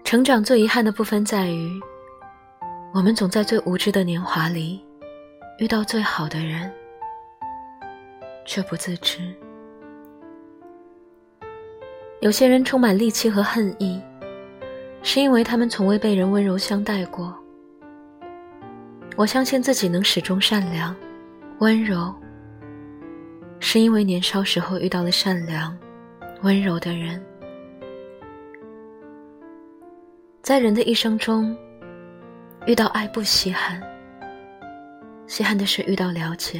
成长最遗憾的部分在于，我们总在最无知的年华里遇到最好的人，却不自知。有些人充满戾气和恨意，是因为他们从未被人温柔相待过。我相信自己能始终善良、温柔，是因为年少时候遇到了善良、温柔的人。在人的一生中，遇到爱不稀罕，稀罕的是遇到了解。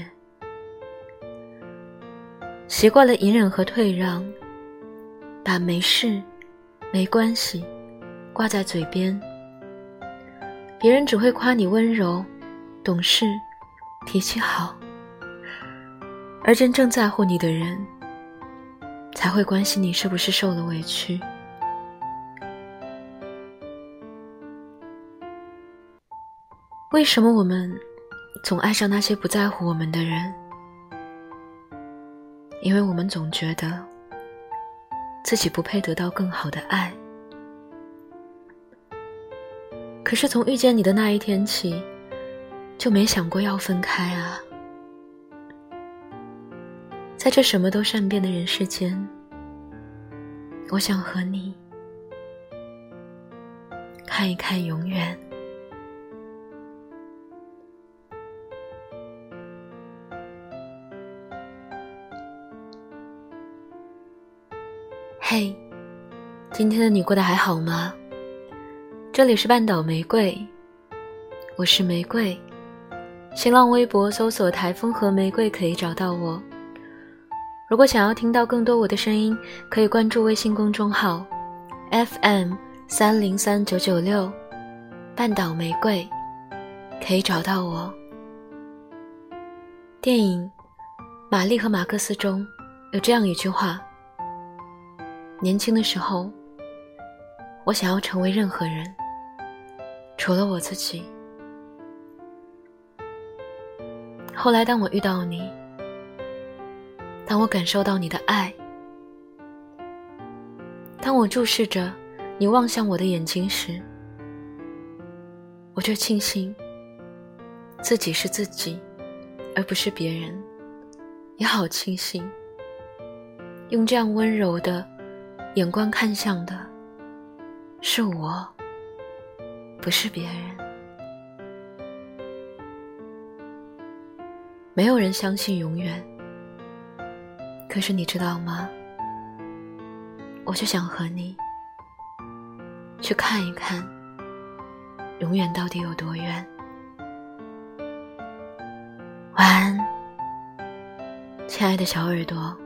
习惯了隐忍和退让，把没事、没关系挂在嘴边，别人只会夸你温柔、懂事、脾气好，而真正在乎你的人，才会关心你是不是受了委屈。为什么我们总爱上那些不在乎我们的人？因为我们总觉得自己不配得到更好的爱。可是从遇见你的那一天起，就没想过要分开啊。在这什么都善变的人世间，我想和你看一看永远。嘿，今天的你过得还好吗？这里是半岛玫瑰，我是玫瑰，新浪微博搜索台风和玫瑰可以找到我。如果想要听到更多我的声音，可以关注微信公众号 FM303996 半岛玫瑰，可以找到我。电影《玛丽和马克思》中有这样一句话：年轻的时候，我想要成为任何人，除了我自己。后来当我遇到你，当我感受到你的爱，当我注视着你望向我的眼睛时，我就庆幸自己是自己，而不是别人，也好庆幸用这样温柔的眼光看向的是我，不是别人。没有人相信永远，可是你知道吗？我就想和你去看一看永远到底有多远。晚安，亲爱的小耳朵。